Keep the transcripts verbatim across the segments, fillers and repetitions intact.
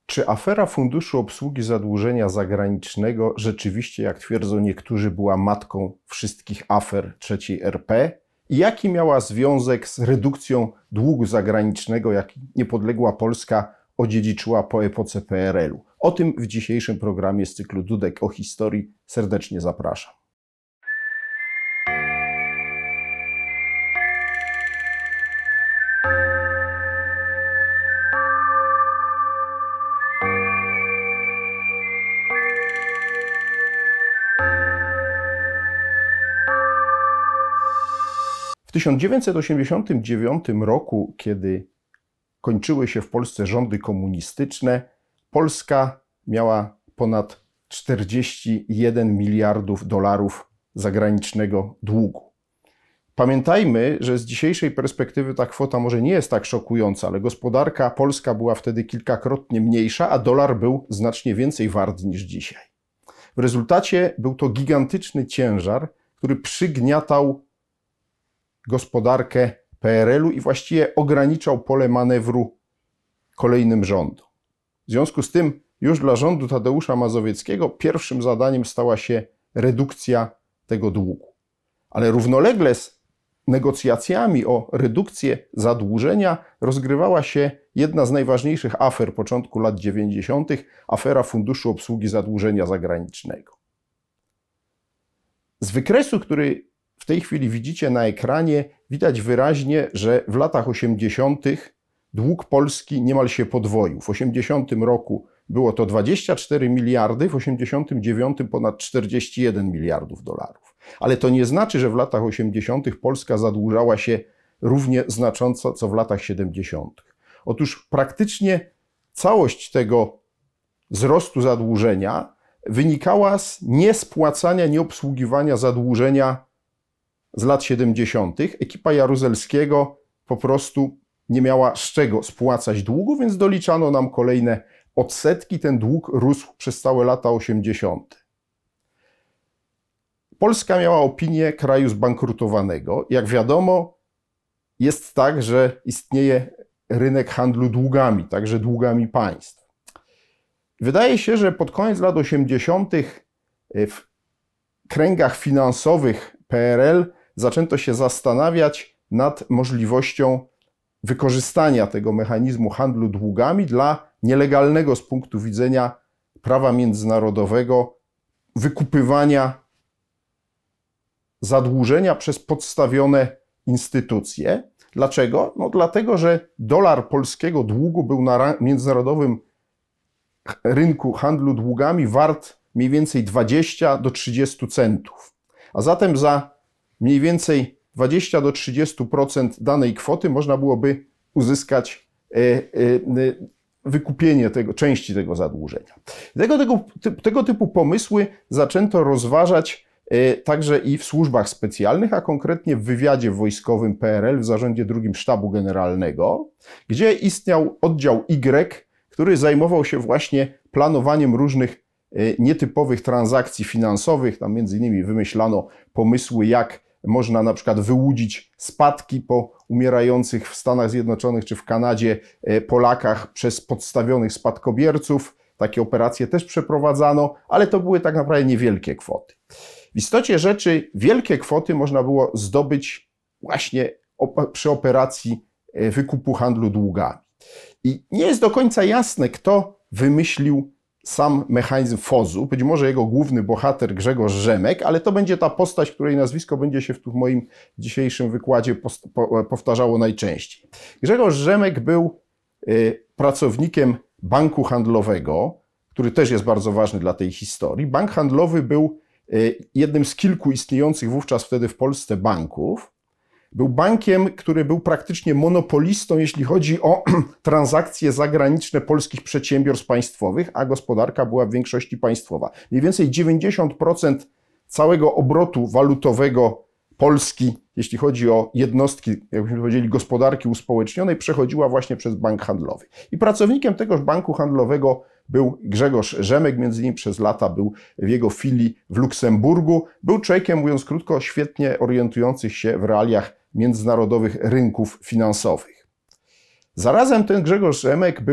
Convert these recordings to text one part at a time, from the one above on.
Czy afera Funduszu Obsługi Zadłużenia Zagranicznego rzeczywiście, jak twierdzą niektórzy, była matką wszystkich afer trzeciej R P? I jaki miała związek z redukcją długu zagranicznego, jaki niepodległa Polska odziedziczyła po epoce P R L u? O tym w dzisiejszym programie z cyklu Dudek o historii serdecznie zapraszam. W tysiąc dziewięćset osiemdziesiątym dziewiątym roku, kiedy kończyły się w Polsce rządy komunistyczne, Polska miała ponad czterdzieści jeden miliardów dolarów zagranicznego długu. Pamiętajmy, że z dzisiejszej perspektywy ta kwota może nie jest tak szokująca, ale gospodarka polska była wtedy kilkakrotnie mniejsza, a dolar był znacznie więcej wart niż dzisiaj. W rezultacie był to gigantyczny ciężar, który przygniatał gospodarkę P R L u i właściwie ograniczał pole manewru kolejnym rządom. W związku z tym już dla rządu Tadeusza Mazowieckiego pierwszym zadaniem stała się redukcja tego długu. Ale równolegle z negocjacjami o redukcję zadłużenia rozgrywała się jedna z najważniejszych afer początku lat dziewięćdziesiątych, afera Funduszu Obsługi Zadłużenia Zagranicznego. Z wykresu, który w tej chwili widzicie na ekranie, widać wyraźnie, że w latach osiemdziesiątych dług Polski niemal się podwoił. W osiemdziesiątym roku było to dwadzieścia cztery miliardy, w osiemdziesiątym dziewiątym ponad czterdzieści jeden miliardów dolarów. Ale to nie znaczy, że w latach osiemdziesiątych Polska zadłużała się równie znacząco, co w latach siedemdziesiątych. Otóż praktycznie całość tego wzrostu zadłużenia wynikała z niespłacania, nieobsługiwania zadłużenia z lat siedemdziesiątych. Ekipa Jaruzelskiego po prostu nie miała z czego spłacać długu, więc doliczano nam kolejne odsetki. Ten dług rósł przez całe lata osiemdziesiąte. Polska miała opinię kraju zbankrutowanego. Jak wiadomo, jest tak, że istnieje rynek handlu długami, także długami państw. Wydaje się, że pod koniec lat osiemdziesiątych w kręgach finansowych P R L zaczęto się zastanawiać nad możliwością wykorzystania tego mechanizmu handlu długami dla nielegalnego z punktu widzenia prawa międzynarodowego wykupywania zadłużenia przez podstawione instytucje. Dlaczego? No dlatego, że dolar polskiego długu był na międzynarodowym rynku handlu długami wart mniej więcej dwadzieścia do trzydziestu centów. A zatem za mniej więcej dwadzieścia do trzydziestu procent danej kwoty można byłoby uzyskać e, e, wykupienie tego, części tego zadłużenia. Tego, tego, tego typu pomysły zaczęto rozważać e, także i w służbach specjalnych, a konkretnie w wywiadzie wojskowym P R L w zarządzie drugim Sztabu Generalnego, gdzie istniał oddział Y, który zajmował się właśnie planowaniem różnych nietypowych transakcji finansowych. Tam między innymi wymyślano pomysły, jak można na przykład wyłudzić spadki po umierających w Stanach Zjednoczonych czy w Kanadzie Polakach przez podstawionych spadkobierców. Takie operacje też przeprowadzano, ale to były tak naprawdę niewielkie kwoty. W istocie rzeczy wielkie kwoty można było zdobyć właśnie przy operacji wykupu handlu długami. I nie jest do końca jasne, kto wymyślił sam mechanizm F O Z-u. Być może jego główny bohater Grzegorz Rzemek, ale to będzie ta postać, której nazwisko będzie się w moim dzisiejszym wykładzie powtarzało najczęściej. Grzegorz Rzemek był pracownikiem banku handlowego, który też jest bardzo ważny dla tej historii. Bank handlowy był jednym z kilku istniejących wówczas wtedy w Polsce banków. Był bankiem, który był praktycznie monopolistą, jeśli chodzi o transakcje zagraniczne polskich przedsiębiorstw państwowych, a gospodarka była w większości państwowa. Mniej więcej dziewięćdziesiąt procent całego obrotu walutowego Polski, jeśli chodzi o jednostki, jakbyśmy powiedzieli, gospodarki uspołecznionej, przechodziła właśnie przez bank handlowy. I pracownikiem tegoż banku handlowego był Grzegorz Rzemek, między innymi przez lata był w jego filii w Luksemburgu. Był człowiekiem, mówiąc krótko, świetnie orientujących się w realiach międzynarodowych rynków finansowych. Zarazem ten Grzegorz Rzemek był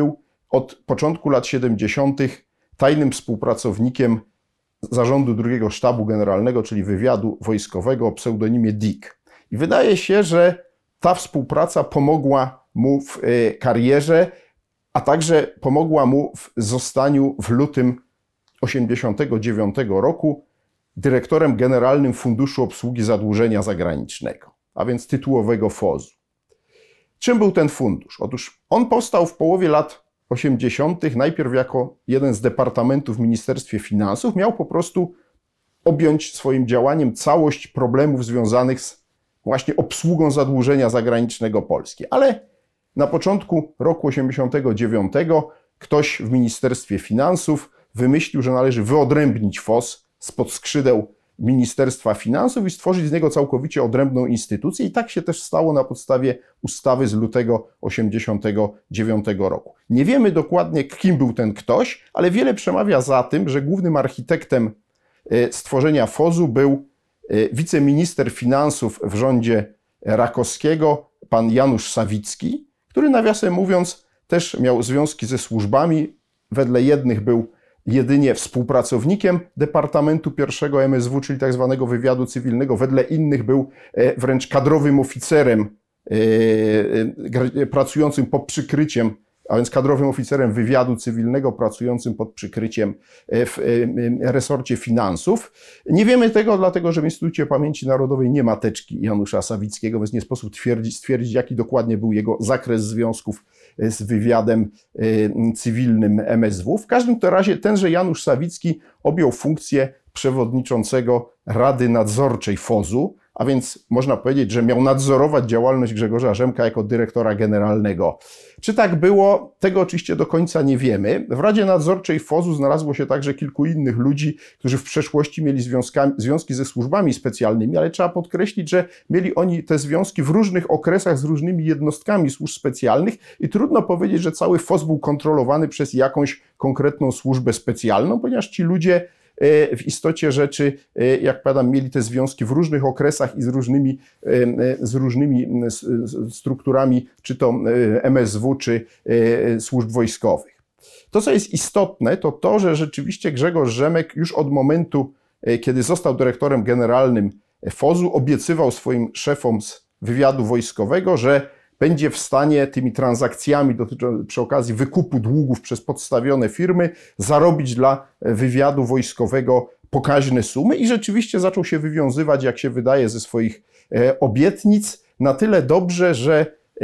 od początku lat siedemdziesiątych tajnym współpracownikiem zarządu drugiego Sztabu Generalnego, czyli wywiadu wojskowego o pseudonimie Dick. I wydaje się, że ta współpraca pomogła mu w karierze, a także pomogła mu w zostaniu w lutym osiemdziesiątego dziewiątego roku dyrektorem generalnym Funduszu Obsługi Zadłużenia Zagranicznego, a więc tytułowego F O Z-u. Czym był ten fundusz? Otóż on powstał w połowie lat osiemdziesiątych najpierw jako jeden z departamentów w Ministerstwie Finansów. Miał po prostu objąć swoim działaniem całość problemów związanych z właśnie obsługą zadłużenia zagranicznego Polski. Ale na początku roku osiemdziesiątego dziewiątego ktoś w Ministerstwie Finansów wymyślił, że należy wyodrębnić F O Z spod skrzydeł Ministerstwa Finansów i stworzyć z niego całkowicie odrębną instytucję. I tak się też stało na podstawie ustawy z lutego osiemdziesiątego dziewiątego roku. Nie wiemy dokładnie, kim był ten ktoś, ale wiele przemawia za tym, że głównym architektem stworzenia F O Z-u był wiceminister finansów w rządzie Rakowskiego, pan Janusz Sawicki, który nawiasem mówiąc też miał związki ze służbami. Wedle jednych był jedynie współpracownikiem Departamentu pierwszego M S W, czyli tak zwanego wywiadu cywilnego. Wedle innych był wręcz kadrowym oficerem pracującym pod przykryciem, a więc kadrowym oficerem wywiadu cywilnego pracującym pod przykryciem w resorcie finansów. Nie wiemy tego, dlatego że w Instytucie Pamięci Narodowej nie ma teczki Janusza Sawickiego, więc nie sposób stwierdzić, stwierdzić, jaki dokładnie był jego zakres związków z wywiadem cywilnym M S W. W każdym razie tenże Janusz Sawicki objął funkcję przewodniczącego Rady Nadzorczej F O Z-u, a więc można powiedzieć, że miał nadzorować działalność Grzegorza Rzemka jako dyrektora generalnego. Czy tak było? Tego oczywiście do końca nie wiemy. W Radzie Nadzorczej F O Z-u znalazło się także kilku innych ludzi, którzy w przeszłości mieli związki ze służbami specjalnymi, ale trzeba podkreślić, że mieli oni te związki w różnych okresach z różnymi jednostkami służb specjalnych i trudno powiedzieć, że cały F O Z był kontrolowany przez jakąś konkretną służbę specjalną, ponieważ ci ludzie w istocie rzeczy, jak powiadam, mieli te związki w różnych okresach i z różnymi, z różnymi strukturami, czy to M S W, czy służb wojskowych. To, co jest istotne, to to, że rzeczywiście Grzegorz Rzemek już od momentu, kiedy został dyrektorem generalnym F O Z-u, obiecywał swoim szefom z wywiadu wojskowego, że będzie w stanie tymi transakcjami przy okazji wykupu długów przez podstawione firmy zarobić dla wywiadu wojskowego pokaźne sumy i rzeczywiście zaczął się wywiązywać, jak się wydaje, ze swoich obietnic na tyle dobrze, że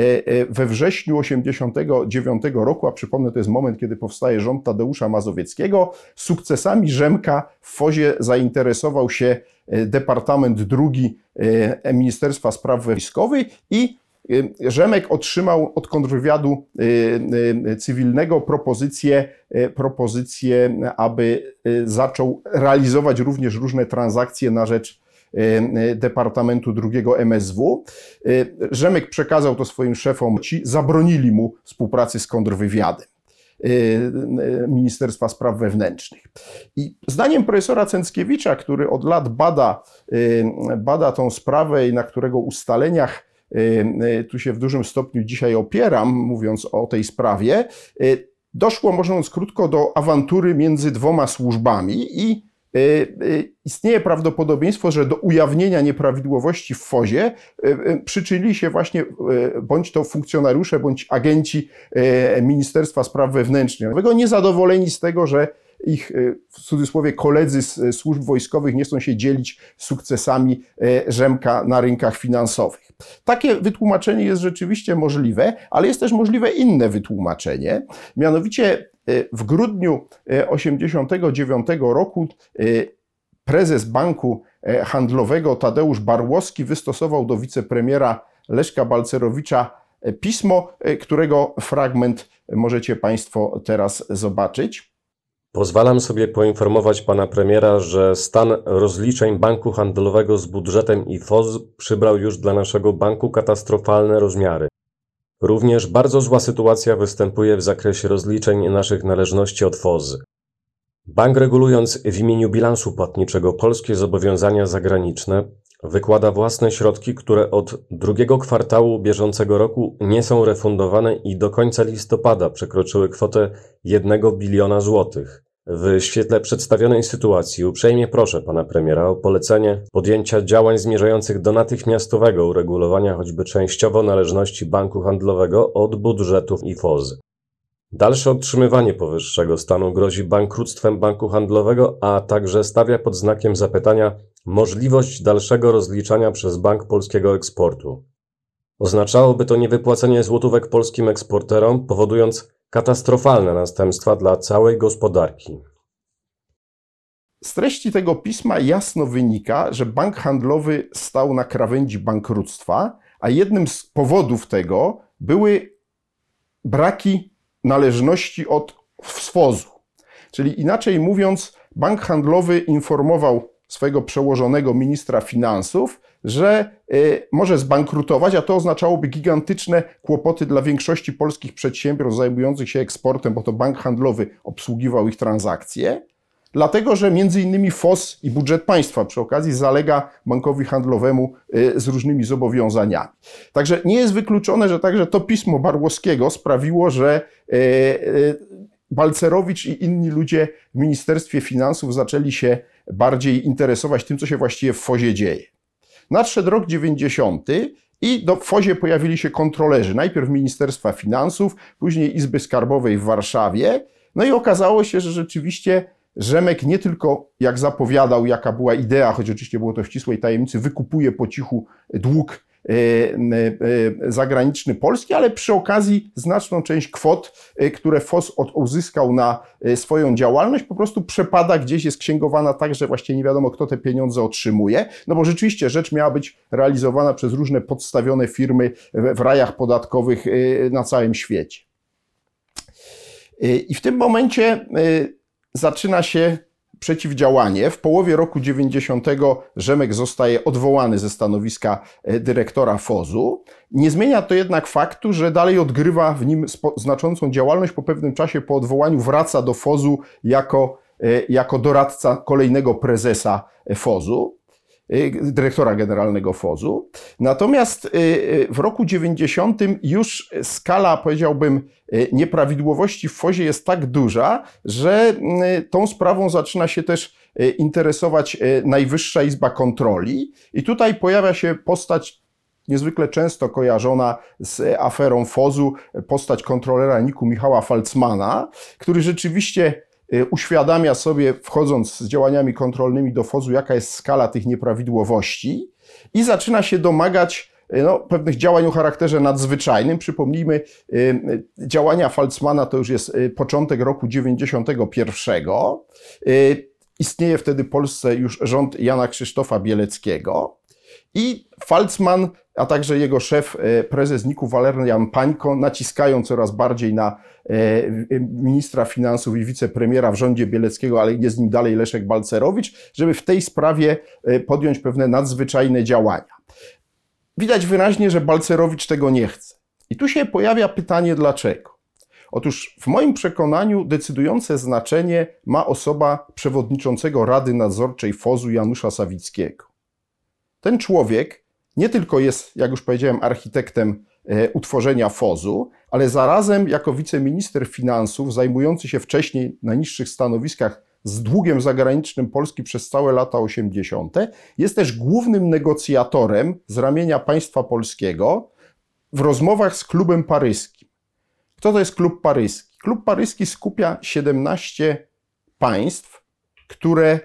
we wrześniu osiemdziesiątego dziewiątego roku, a przypomnę, to jest moment, kiedy powstaje rząd Tadeusza Mazowieckiego, sukcesami Rzemka w F O Z-ie zainteresował się Departament drugi Ministerstwa Spraw Wojskowych i Rzemek otrzymał od kontrwywiadu cywilnego propozycję, propozycję, aby zaczął realizować również różne transakcje na rzecz Departamentu drugiego M S W. Rzemek przekazał to swoim szefom, ci zabronili mu współpracy z kontrwywiadem Ministerstwa Spraw Wewnętrznych. I zdaniem profesora Cęckiewicza, który od lat bada, bada tą sprawę i na którego ustaleniach tu się w dużym stopniu dzisiaj opieram, mówiąc o tej sprawie, doszło, mówiąc krótko, do awantury między dwoma służbami i istnieje prawdopodobieństwo, że do ujawnienia nieprawidłowości w F O Z-ie przyczynili się właśnie bądź to funkcjonariusze, bądź agenci Ministerstwa Spraw Wewnętrznych, niezadowoleni z tego, że ich, w cudzysłowie, koledzy z służb wojskowych nie chcą się dzielić sukcesami Rzemka na rynkach finansowych. Takie wytłumaczenie jest rzeczywiście możliwe, ale jest też możliwe inne wytłumaczenie. Mianowicie w grudniu osiemdziesiątego dziewiątego roku prezes Banku Handlowego Tadeusz Barłowski wystosował do wicepremiera Leszka Balcerowicza pismo, którego fragment możecie Państwo teraz zobaczyć. Pozwalam sobie poinformować pana premiera, że stan rozliczeń Banku Handlowego z budżetem i F O Z przybrał już dla naszego banku katastrofalne rozmiary. Również bardzo zła sytuacja występuje w zakresie rozliczeń naszych należności od F O Z. Bank, regulując w imieniu bilansu płatniczego polskie zobowiązania zagraniczne, wykłada własne środki, które od drugiego kwartału bieżącego roku nie są refundowane i do końca listopada przekroczyły kwotę jednego biliona złotych. W świetle przedstawionej sytuacji uprzejmie proszę pana premiera o polecenie podjęcia działań zmierzających do natychmiastowego uregulowania choćby częściowo należności banku handlowego od budżetu I F O Z. Dalsze otrzymywanie powyższego stanu grozi bankructwem banku handlowego, a także stawia pod znakiem zapytania możliwość dalszego rozliczania przez Bank Polskiego Eksportu. Oznaczałoby to niewypłacenie złotówek polskim eksporterom, powodując katastrofalne następstwa dla całej gospodarki. Z treści tego pisma jasno wynika, że bank handlowy stał na krawędzi bankructwa, a jednym z powodów tego były braki należności od sfozu. Czyli inaczej mówiąc, bank handlowy informował swojego przełożonego ministra finansów, że y, może zbankrutować, a to oznaczałoby gigantyczne kłopoty dla większości polskich przedsiębiorstw zajmujących się eksportem, bo to bank handlowy obsługiwał ich transakcje, dlatego że między innymi F O Z i budżet państwa przy okazji zalega bankowi handlowemu y, z różnymi zobowiązaniami. Także nie jest wykluczone, że także to pismo Barłowskiego sprawiło, że y, y, Balcerowicz i inni ludzie w Ministerstwie Finansów zaczęli się bardziej interesować tym, co się właściwie w F O Z-ie dzieje. Nadszedł rok dziewięćdziesiąty i do w F O Z-ie pojawili się kontrolerzy. Najpierw Ministerstwa Finansów, później Izby Skarbowej w Warszawie. No i okazało się, że rzeczywiście Rzemek nie tylko, jak zapowiadał, jaka była idea, choć oczywiście było to w ścisłej tajemnicy, wykupuje po cichu dług zagraniczny Polski, ale przy okazji znaczną część kwot, które F O Z uzyskał na swoją działalność, po prostu przepada gdzieś, jest księgowana tak, że właściwie nie wiadomo, kto te pieniądze otrzymuje, no bo rzeczywiście rzecz miała być realizowana przez różne podstawione firmy w rajach podatkowych na całym świecie. I w tym momencie zaczyna się przeciwdziałanie. W połowie roku dziewięćdziesiątego Rzemek zostaje odwołany ze stanowiska dyrektora F O Z-u. Nie zmienia to jednak faktu, że dalej odgrywa w nim znaczącą działalność. Po pewnym czasie po odwołaniu wraca do F O Z-u jako, jako doradca kolejnego prezesa F O Z-u, dyrektora generalnego F O Z-u. Natomiast w roku dziewięćdziesiątym już skala, powiedziałbym, nieprawidłowości w F O Z-ie jest tak duża, że tą sprawą zaczyna się też interesować Najwyższa Izba Kontroli. I tutaj pojawia się postać niezwykle często kojarzona z aferą F O Z-u, postać kontrolera N I K-u Michała Falcmana, który rzeczywiście uświadamia sobie, wchodząc z działaniami kontrolnymi do F O Z-u, jaka jest skala tych nieprawidłowości i zaczyna się domagać no, pewnych działań o charakterze nadzwyczajnym. Przypomnijmy, działania Falcmana to już jest początek roku dziewięćdziesiątego pierwszego. Istnieje wtedy w Polsce już rząd Jana Krzysztofa Bieleckiego i Falcman, a także jego szef, prezes N I K-u Walerian Pańko naciskają coraz bardziej na ministra finansów i wicepremiera w rządzie Bieleckiego, ale idzie z nim dalej Leszek Balcerowicz, żeby w tej sprawie podjąć pewne nadzwyczajne działania. Widać wyraźnie, że Balcerowicz tego nie chce. I tu się pojawia pytanie dlaczego. Otóż w moim przekonaniu decydujące znaczenie ma osoba przewodniczącego Rady Nadzorczej F O Z-u Janusza Sawickiego. Ten człowiek nie tylko jest, jak już powiedziałem, architektem utworzenia F O Z-u, ale zarazem jako wiceminister finansów zajmujący się wcześniej na niższych stanowiskach z długiem zagranicznym Polski przez całe lata osiemdziesiąte, jest też głównym negocjatorem z ramienia państwa polskiego w rozmowach z klubem paryskim. Kto to jest klub paryski? Klub paryski skupia siedemnaście państw, które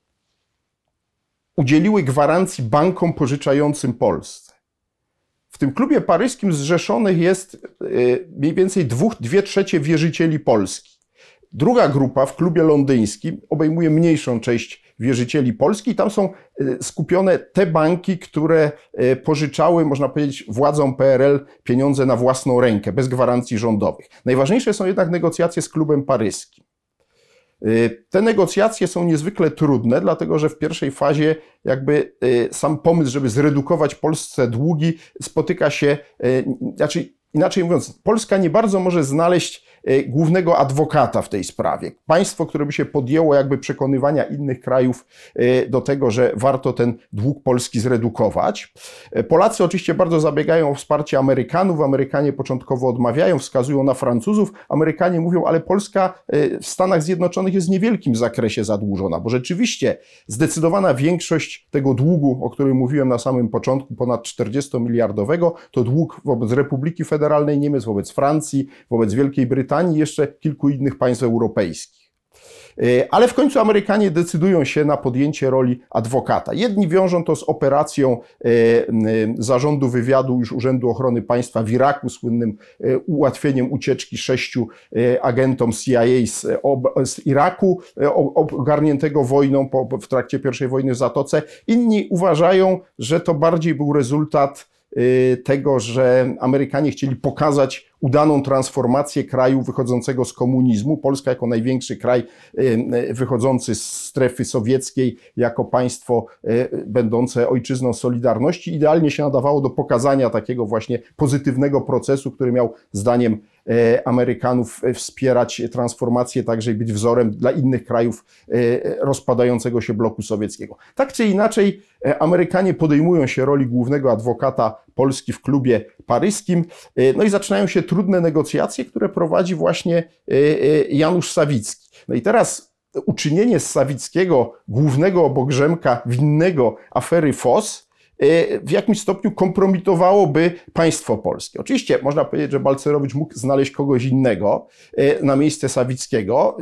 udzieliły gwarancji bankom pożyczającym Polsce. W tym klubie paryskim zrzeszonych jest mniej więcej dwóch, dwie trzecie wierzycieli Polski. Druga grupa w klubie londyńskim obejmuje mniejszą część wierzycieli Polski i tam są skupione te banki, które pożyczały, można powiedzieć, władzom P R L pieniądze na własną rękę, bez gwarancji rządowych. Najważniejsze są jednak negocjacje z klubem paryskim. Te negocjacje są niezwykle trudne, dlatego że w pierwszej fazie jakby sam pomysł, żeby zredukować Polsce długi, spotyka się, znaczy inaczej mówiąc, Polska nie bardzo może znaleźć głównego adwokata w tej sprawie. Państwo, które by się podjęło jakby przekonywania innych krajów do tego, że warto ten dług Polski zredukować. Polacy oczywiście bardzo zabiegają o wsparcie Amerykanów. Amerykanie początkowo odmawiają, wskazują na Francuzów. Amerykanie mówią, ale Polska w Stanach Zjednoczonych jest w niewielkim zakresie zadłużona, bo rzeczywiście zdecydowana większość tego długu, o którym mówiłem na samym początku, ponad czterdziestomiliardowego, to dług wobec Republiki Federalnej Niemiec, wobec Francji, wobec Wielkiej Brytanii i jeszcze kilku innych państw europejskich. Ale w końcu Amerykanie decydują się na podjęcie roli adwokata. Jedni wiążą to z operacją Zarządu Wywiadu już Urzędu Ochrony Państwa w Iraku, słynnym ułatwieniem ucieczki sześciu agentom C I A z, z Iraku, ogarniętego wojną po, w trakcie pierwszej wojny w Zatoce. Inni uważają, że to bardziej był rezultat tego, że Amerykanie chcieli pokazać udaną transformację kraju wychodzącego z komunizmu. Polska jako największy kraj wychodzący z strefy sowieckiej, jako państwo będące ojczyzną Solidarności, idealnie się nadawało do pokazania takiego właśnie pozytywnego procesu, który miał zdaniem Amerykanów wspierać transformację także i być wzorem dla innych krajów rozpadającego się bloku sowieckiego. Tak czy inaczej Amerykanie podejmują się roli głównego adwokata Polski w klubie paryskim, no i zaczynają się trudne negocjacje, które prowadzi właśnie Janusz Sawicki. No i teraz uczynienie z Sawickiego głównego obokrzemka winnego afery F O S w jakimś stopniu kompromitowałoby państwo polskie. Oczywiście można powiedzieć, że Balcerowicz mógł znaleźć kogoś innego na miejsce Sawickiego,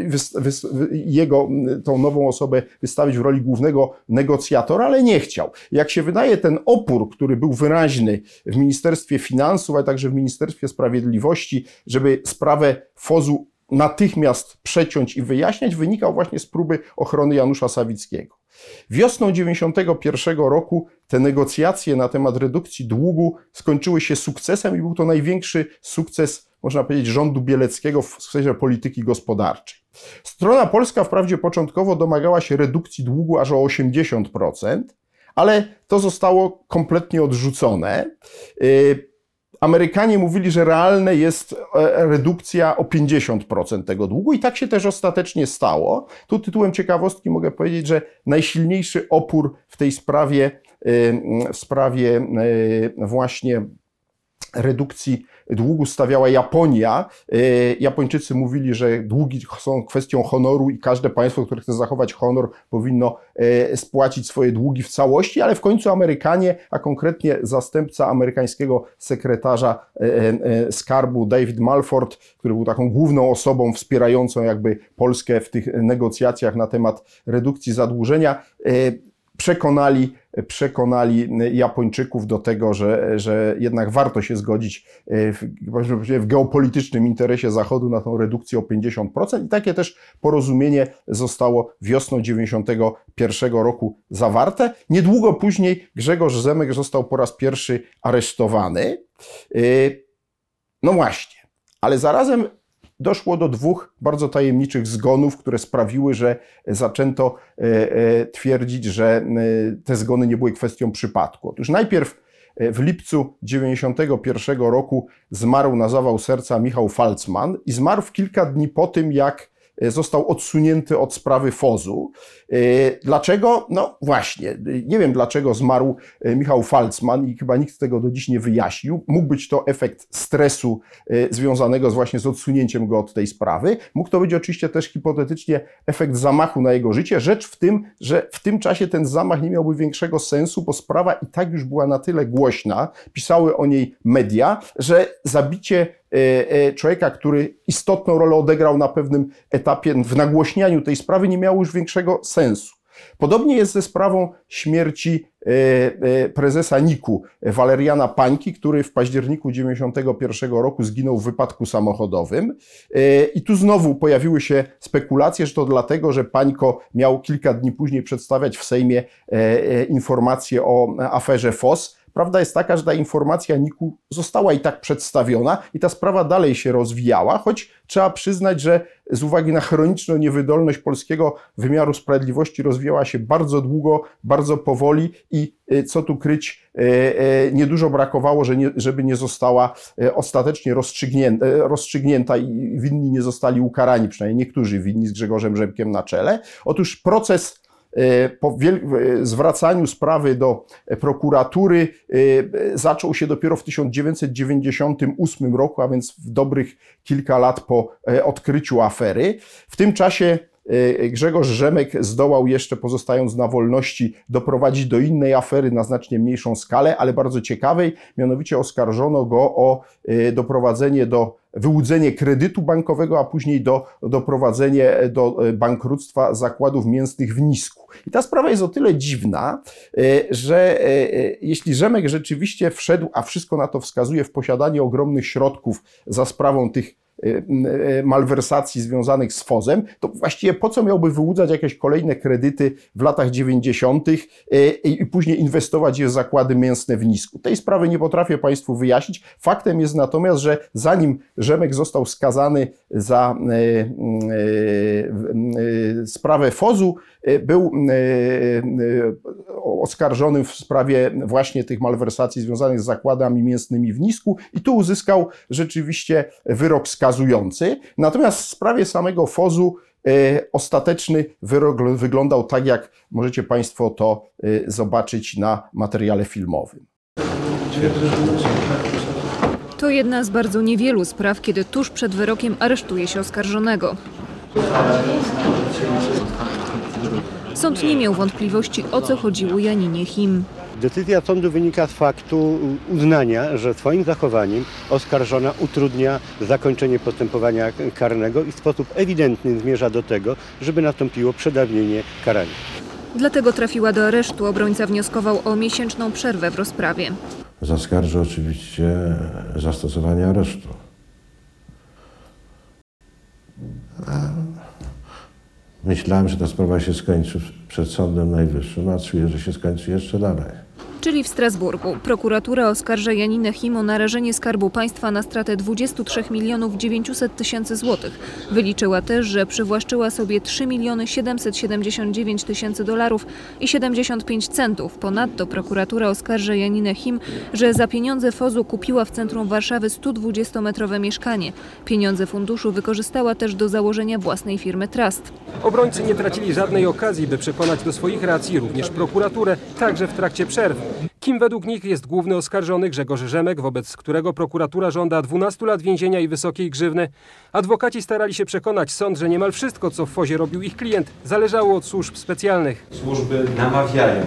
jego, tą nową osobę wystawić w roli głównego negocjatora, ale nie chciał. Jak się wydaje, ten opór, który był wyraźny w Ministerstwie Finansów, ale także w Ministerstwie Sprawiedliwości, żeby sprawę F O Z-u natychmiast przeciąć i wyjaśniać, wynikał właśnie z próby ochrony Janusza Sawickiego. Wiosną dziewięćdziesiątego pierwszego roku te negocjacje na temat redukcji długu skończyły się sukcesem i był to największy sukces, można powiedzieć, rządu Bieleckiego w sferze polityki gospodarczej. Strona polska wprawdzie początkowo domagała się redukcji długu aż o osiemdziesiąt procent, ale to zostało kompletnie odrzucone. Amerykanie mówili, że realne jest redukcja o pięćdziesiąt procent tego długu i tak się też ostatecznie stało. Tu tytułem ciekawostki mogę powiedzieć, że najsilniejszy opór w tej sprawie, w sprawie właśnie redukcji długu stawiała Japonia. Japończycy mówili, że długi są kwestią honoru i każde państwo, które chce zachować honor, powinno spłacić swoje długi w całości, ale w końcu Amerykanie, a konkretnie zastępca amerykańskiego sekretarza skarbu David Malford, który był taką główną osobą wspierającą jakby Polskę w tych negocjacjach na temat redukcji zadłużenia, przekonali, przekonali Japończyków do tego, że, że jednak warto się zgodzić w, w geopolitycznym interesie Zachodu na tą redukcję o pięćdziesiąt procent i takie też porozumienie zostało wiosną dziewięćdziesiątego pierwszego roku zawarte. Niedługo później Grzegorz Zemek został po raz pierwszy aresztowany. No właśnie, ale zarazem doszło do dwóch bardzo tajemniczych zgonów, które sprawiły, że zaczęto twierdzić, że te zgony nie były kwestią przypadku. Otóż najpierw w lipcu dziewięćdziesiątego pierwszego roku zmarł na zawał serca Michał Falcman i zmarł w kilka dni po tym, jak został odsunięty od sprawy F O Z-u. Dlaczego? No właśnie, nie wiem dlaczego zmarł Michał Falcman i chyba nikt tego do dziś nie wyjaśnił. Mógł być to efekt stresu związanego z właśnie z odsunięciem go od tej sprawy. Mógł to być oczywiście też hipotetycznie efekt zamachu na jego życie. Rzecz w tym, że w tym czasie ten zamach nie miałby większego sensu, bo sprawa i tak już była na tyle głośna, pisały o niej media, że zabicie człowieka, który istotną rolę odegrał na pewnym etapie w nagłośnianiu tej sprawy, nie miało już większego sensu. Podobnie jest ze sprawą śmierci prezesa N I K-u, Waleriana Pańki, który w październiku dziewięćdziesiątego pierwszego roku zginął w wypadku samochodowym. I tu znowu pojawiły się spekulacje, że to dlatego, że Pańko miał kilka dni później przedstawiać w Sejmie informacje o aferze F O S. prawda jest taka, że ta informacja N I K-u została i tak przedstawiona i ta sprawa dalej się rozwijała, choć trzeba przyznać, że z uwagi na chroniczną niewydolność polskiego wymiaru sprawiedliwości rozwijała się bardzo długo, bardzo powoli i co tu kryć, niedużo brakowało, żeby nie została ostatecznie rozstrzygnięta, rozstrzygnięta i winni nie zostali ukarani, przynajmniej niektórzy winni z Grzegorzem Rzemkiem na czele. Otóż proces po zwracaniu sprawy do prokuratury zaczął się dopiero w tysiąc dziewięćset dziewięćdziesiątym ósmym roku, a więc w dobrych kilka lat po odkryciu afery. W tym czasie Grzegorz Rzemek zdołał jeszcze, pozostając na wolności, doprowadzić do innej afery na znacznie mniejszą skalę, ale bardzo ciekawej, mianowicie oskarżono go o doprowadzenie do wyłudzenie kredytu bankowego, a później do doprowadzenie do bankructwa zakładów mięsnych w Nisku. I ta sprawa jest o tyle dziwna, że jeśli Rzemek rzeczywiście wszedł, a wszystko na to wskazuje, w posiadanie ogromnych środków za sprawą tych malwersacji związanych z F O Z-em, to właściwie po co miałby wyłudzać jakieś kolejne kredyty w latach dziewięćdziesiątych i później inwestować je w zakłady mięsne w Nisku? Tej sprawy nie potrafię Państwu wyjaśnić. Faktem jest natomiast, że zanim Rzemek został skazany za sprawę F O Z-u, był oskarżony w sprawie właśnie tych malwersacji związanych z zakładami mięsnymi w Nisku i tu uzyskał rzeczywiście wyrok skazujący. Natomiast w sprawie samego F O Z-u ostateczny wyrok wyglądał tak, jak możecie Państwo to zobaczyć na materiale filmowym. To jedna z bardzo niewielu spraw, kiedy tuż przed wyrokiem aresztuje się oskarżonego. Sąd nie miał wątpliwości, o co chodziło Janinie Him. Decyzja sądu wynika z faktu uznania, że swoim zachowaniem oskarżona utrudnia zakończenie postępowania karnego i w sposób ewidentny zmierza do tego, żeby nastąpiło przedawnienie karania. Dlatego trafiła do aresztu. Obrońca wnioskował o miesięczną przerwę w rozprawie. Zaskarżę oczywiście zastosowanie aresztu. Myślałem, że ta sprawa się skończy przed Sądem Najwyższym, a czuję, że się skończy jeszcze dalej. Czyli w Strasburgu. Prokuratura oskarża Janinę Him o narażenie Skarbu Państwa na stratę dwadzieścia trzy milionów dziewięćset tysięcy złotych. Wyliczyła też, że przywłaszczyła sobie trzy miliony siedemset siedemdziesiąt dziewięć tysięcy dolarów i siedemdziesiąt pięć centów. Ponadto prokuratura oskarża Janinę Him, że za pieniądze F O Z-u kupiła w centrum Warszawy sto dwudziestometrowe mieszkanie. Pieniądze funduszu wykorzystała też do założenia własnej firmy Trust. Obrońcy nie tracili żadnej okazji, by przekonać do swoich racji również prokuraturę, także w trakcie przerw. Kim według nich jest główny oskarżony Grzegorz Rzemek, wobec którego prokuratura żąda dwunastu lat więzienia i wysokiej grzywny. Adwokaci starali się przekonać sąd, że niemal wszystko, co w F O Z-ie robił ich klient, zależało od służb specjalnych. Służby namawiają,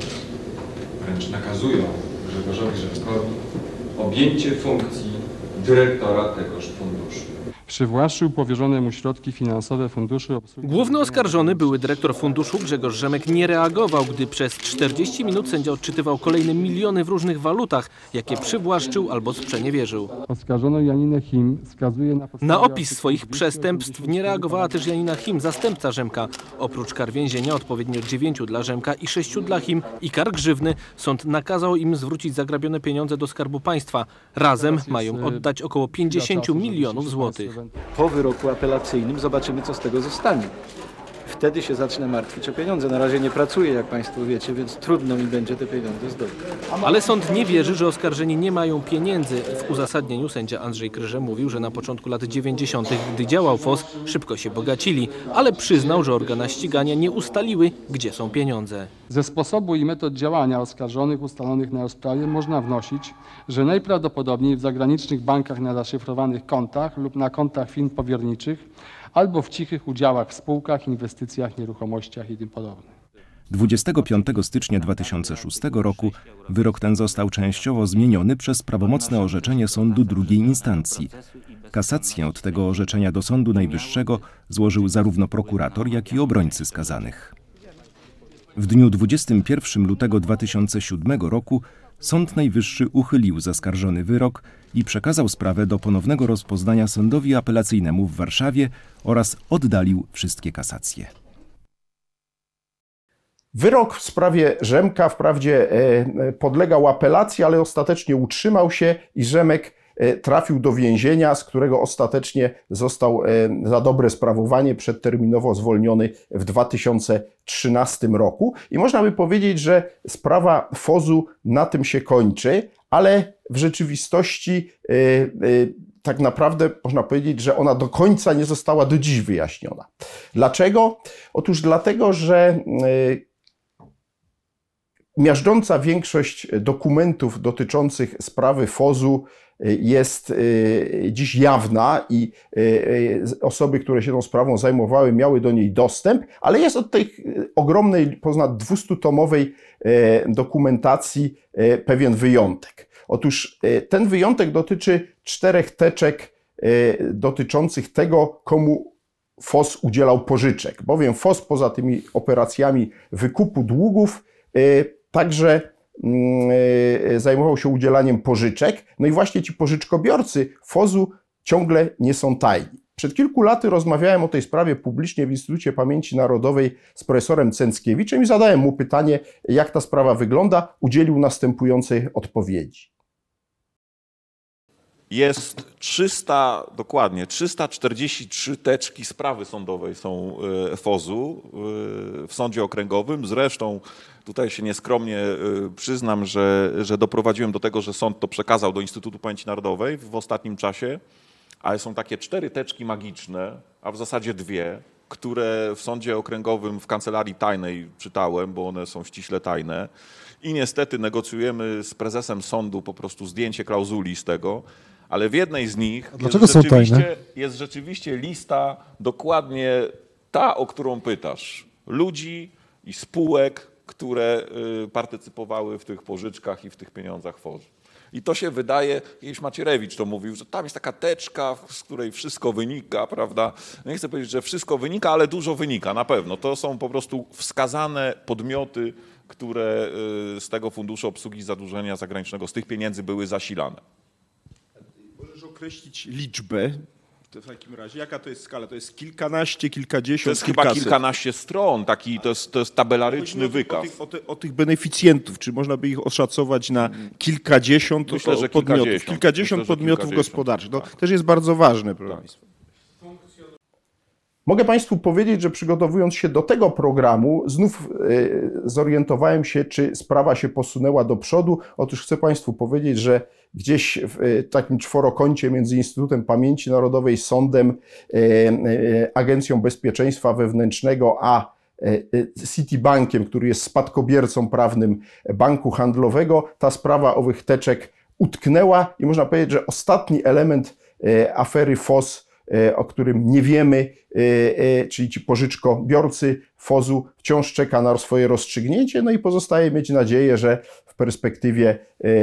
wręcz nakazują Grzegorzowi Rzemkowi objęcie funkcji dyrektora tegoż funduszu. Przywłaszczył powierzone mu środki finansowe funduszu. Główny oskarżony, były dyrektor funduszu Grzegorz Rzemek, nie reagował, gdy przez czterdzieści minut sędzia odczytywał kolejne miliony w różnych walutach, jakie przywłaszczył albo sprzeniewierzył. Oskarżono Janinę Him wskazuje na... Na opis swoich przestępstw nie reagowała też Janina Him, zastępca Rzemka. Oprócz kar więzienia, odpowiednio dziewięciu dla Rzemka i sześciu dla Him, i kar grzywny, sąd nakazał im zwrócić zagrabione pieniądze do Skarbu Państwa. Razem mają oddać około pięćdziesiąt milionów złotych. Po wyroku apelacyjnym zobaczymy, co z tego zostanie. Wtedy się zacznę martwić o pieniądze. Na razie nie pracuję, jak Państwo wiecie, więc trudno mi będzie te pieniądze zdobyć. Ale sąd nie wierzy, że oskarżeni nie mają pieniędzy. W uzasadnieniu sędzia Andrzej Kryże mówił, że na początku lat dziewięćdziesiątych, gdy działał F O Z, szybko się bogacili, ale przyznał, że organa ścigania nie ustaliły, gdzie są pieniądze. Ze sposobu i metod działania oskarżonych ustalonych na rozprawie można wnosić, że najprawdopodobniej w zagranicznych bankach na zaszyfrowanych kontach lub na kontach firm powierniczych albo w cichych udziałach w spółkach, inwestycjach, nieruchomościach i tym podobne. dwudziestego piątego stycznia dwa tysiące szóstego roku wyrok ten został częściowo zmieniony przez prawomocne orzeczenie sądu drugiej instancji. Kasację od tego orzeczenia do Sądu Najwyższego złożył zarówno prokurator, jak i obrońcy skazanych. W dniu dwudziestego pierwszego lutego dwa tysiące siódmego roku Sąd Najwyższy uchylił zaskarżony wyrok i przekazał sprawę do ponownego rozpoznania Sądowi Apelacyjnemu w Warszawie oraz oddalił wszystkie kasacje. Wyrok w sprawie Rzemka wprawdzie podlegał apelacji, ale ostatecznie utrzymał się i Rzemek trafił do więzienia, z którego ostatecznie został za dobre sprawowanie przedterminowo zwolniony w dwa tysiące trzynastym roku. I można by powiedzieć, że sprawa F O Z-u na tym się kończy, ale w rzeczywistości tak naprawdę można powiedzieć, że ona do końca nie została do dziś wyjaśniona. Dlaczego? Otóż dlatego, że miażdżąca większość dokumentów dotyczących sprawy F O Z-u jest dziś jawna i osoby, które się tą sprawą zajmowały, miały do niej dostęp, ale jest od tej ogromnej, ponad dwustutomowej dokumentacji pewien wyjątek. Otóż ten wyjątek dotyczy czterech teczek dotyczących tego, komu F O Z udzielał pożyczek, bowiem F O Z poza tymi operacjami wykupu długów także zajmował się udzielaniem pożyczek, no i właśnie ci pożyczkobiorcy F O Z-u ciągle nie są tajni. Przed kilku laty rozmawiałem o tej sprawie publicznie w Instytucie Pamięci Narodowej z profesorem Cęckiewiczem i zadałem mu pytanie, jak ta sprawa wygląda. Udzielił następującej odpowiedzi. Jest trzysta, dokładnie, trzysta czterdzieści trzy teczki sprawy sądowej są F O Z-u w sądzie okręgowym. Zresztą tutaj się nieskromnie przyznam, że, że doprowadziłem do tego, że sąd to przekazał do Instytutu Pamięci Narodowej w ostatnim czasie, ale są takie cztery teczki magiczne, a w zasadzie dwie, które w sądzie okręgowym w kancelarii tajnej czytałem, bo one są ściśle tajne. I niestety negocjujemy z prezesem sądu po prostu zdjęcie klauzuli z tego, ale w jednej z nich jest rzeczywiście, jest rzeczywiście lista dokładnie ta, o którą pytasz. Ludzi i spółek, które partycypowały w tych pożyczkach i w tych pieniądzach F O Z. I to się wydaje, kiedyś Macierewicz to mówił, że tam jest taka teczka, z której wszystko wynika, prawda? No nie chcę powiedzieć, że wszystko wynika, ale dużo wynika, na pewno. To są po prostu wskazane podmioty, które z tego Funduszu Obsługi Zadłużenia Zagranicznego, z tych pieniędzy były zasilane. Możesz określić liczbę w takim razie? Jaka to jest skala? To jest kilkanaście, kilkadziesiąt, To jest kilkaset. chyba kilkanaście stron, taki, to jest, to jest tabelaryczny o, wykaz. O tych, o, te, o tych beneficjentów, czy można by ich oszacować na kilkadziesiąt Myślę, że podmiotów? kilkadziesiąt. Kilkadziesiąt Myślę, że podmiotów kilkadziesiąt. gospodarczych. To Tak. też jest bardzo ważne, proszę Tak. Państwa. Mogę Państwu powiedzieć, że przygotowując się do tego programu, znów y, zorientowałem się, czy sprawa się posunęła do przodu. Otóż chcę Państwu powiedzieć, że gdzieś w y, takim czworokącie między Instytutem Pamięci Narodowej, Sądem, y, y, Agencją Bezpieczeństwa Wewnętrznego, a y, Citibankiem, który jest spadkobiercą prawnym banku handlowego, ta sprawa owych teczek utknęła i można powiedzieć, że ostatni element y, afery F O Z, o którym nie wiemy, czyli ci pożyczkobiorcy F O Z-u, wciąż czeka na swoje rozstrzygnięcie, no i pozostaje mieć nadzieję, że w perspektywie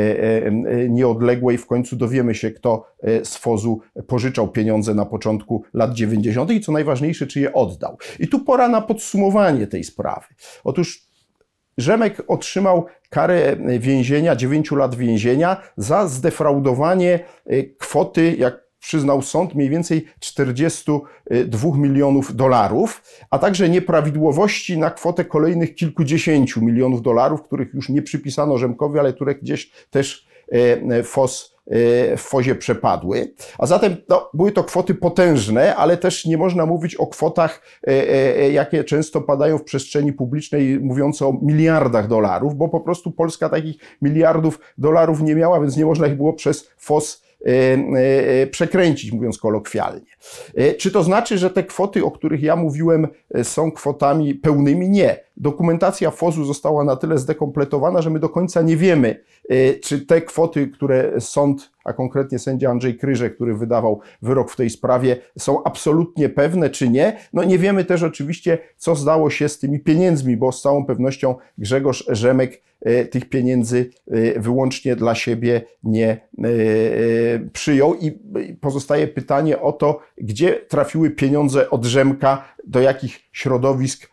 nieodległej w końcu dowiemy się, kto z F O Z-u pożyczał pieniądze na początku lat dziewięćdziesiątych i co najważniejsze, czy je oddał. I tu pora na podsumowanie tej sprawy. Otóż Rzemek otrzymał karę więzienia, dziewięciu lat więzienia za zdefraudowanie kwoty, jak przyznał sąd, mniej więcej czterdzieści dwa milionów dolarów, a także nieprawidłowości na kwotę kolejnych kilkudziesięciu milionów dolarów, których już nie przypisano Rzemkowi, ale które gdzieś też F O Z w F O Z-ie przepadły. A zatem no, były to kwoty potężne, ale też nie można mówić o kwotach, jakie często padają w przestrzeni publicznej, mówiące o miliardach dolarów, bo po prostu Polska takich miliardów dolarów nie miała, więc nie można ich było przez F O Z przekręcić, mówiąc kolokwialnie. Czy to znaczy, że te kwoty, o których ja mówiłem, są kwotami pełnymi? Nie. Dokumentacja F O Z-u została na tyle zdekompletowana, że my do końca nie wiemy, czy te kwoty, które sąd, a konkretnie sędzia Andrzej Kryże, który wydawał wyrok w tej sprawie, są absolutnie pewne, czy nie. No nie wiemy też oczywiście, co stało się z tymi pieniędzmi, bo z całą pewnością Grzegorz Rzemek tych pieniędzy wyłącznie dla siebie nie przyjął i pozostaje pytanie o to, gdzie trafiły pieniądze od Rzemka, do jakich środowisk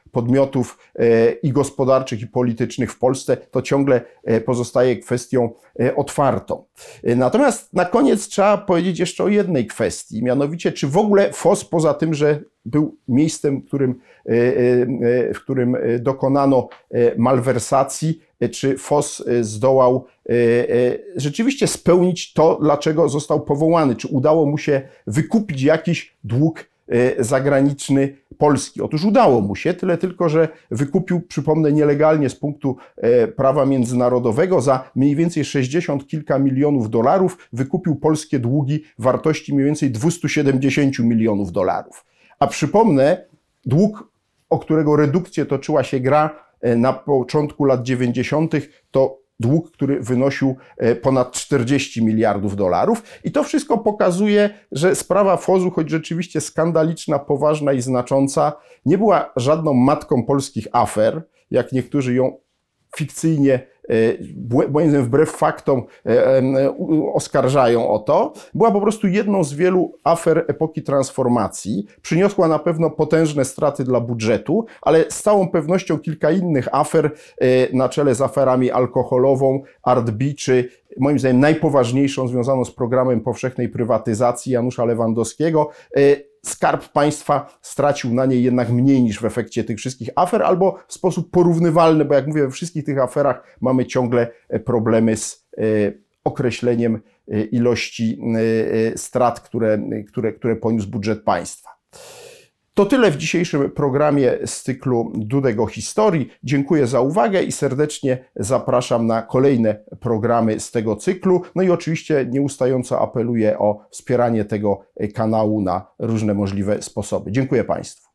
podmiotów i gospodarczych, i politycznych w Polsce, to ciągle pozostaje kwestią otwartą. Natomiast na koniec trzeba powiedzieć jeszcze o jednej kwestii, mianowicie czy w ogóle F O S, poza tym, że był miejscem, w którym, w którym dokonano malwersacji, czy F O S zdołał rzeczywiście spełnić to, dlaczego został powołany, czy udało mu się wykupić jakiś dług zagraniczny Polski. Otóż udało mu się, tyle tylko, że wykupił, przypomnę, nielegalnie z punktu prawa międzynarodowego za mniej więcej sześćdziesiąt kilka milionów dolarów, wykupił polskie długi wartości mniej więcej dwieście siedemdziesiąt milionów dolarów. A przypomnę, dług, o którego redukcję toczyła się gra na początku lat dziewięćdziesiątych, to dług, który wynosił ponad czterdzieści miliardów dolarów. I to wszystko pokazuje, że sprawa F O S-u, choć rzeczywiście skandaliczna, poważna i znacząca, nie była żadną matką polskich afer, jak niektórzy ją fikcyjnie, moim zdaniem wbrew faktom, oskarżają o to. Była po prostu jedną z wielu afer epoki transformacji. Przyniosła na pewno potężne straty dla budżetu, ale z całą pewnością kilka innych afer, na czele z aferami alkoholową, Art B, czy moim zdaniem najpoważniejszą związaną z programem powszechnej prywatyzacji Janusza Lewandowskiego, Skarb Państwa stracił na niej jednak mniej niż w efekcie tych wszystkich afer, albo w sposób porównywalny, bo jak mówię, we wszystkich tych aferach mamy ciągle problemy z określeniem ilości strat, które, które, które poniósł budżet państwa. To tyle w dzisiejszym programie z cyklu Dudek o historii. Dziękuję za uwagę i serdecznie zapraszam na kolejne programy z tego cyklu. No i oczywiście nieustająco apeluję o wspieranie tego kanału na różne możliwe sposoby. Dziękuję Państwu.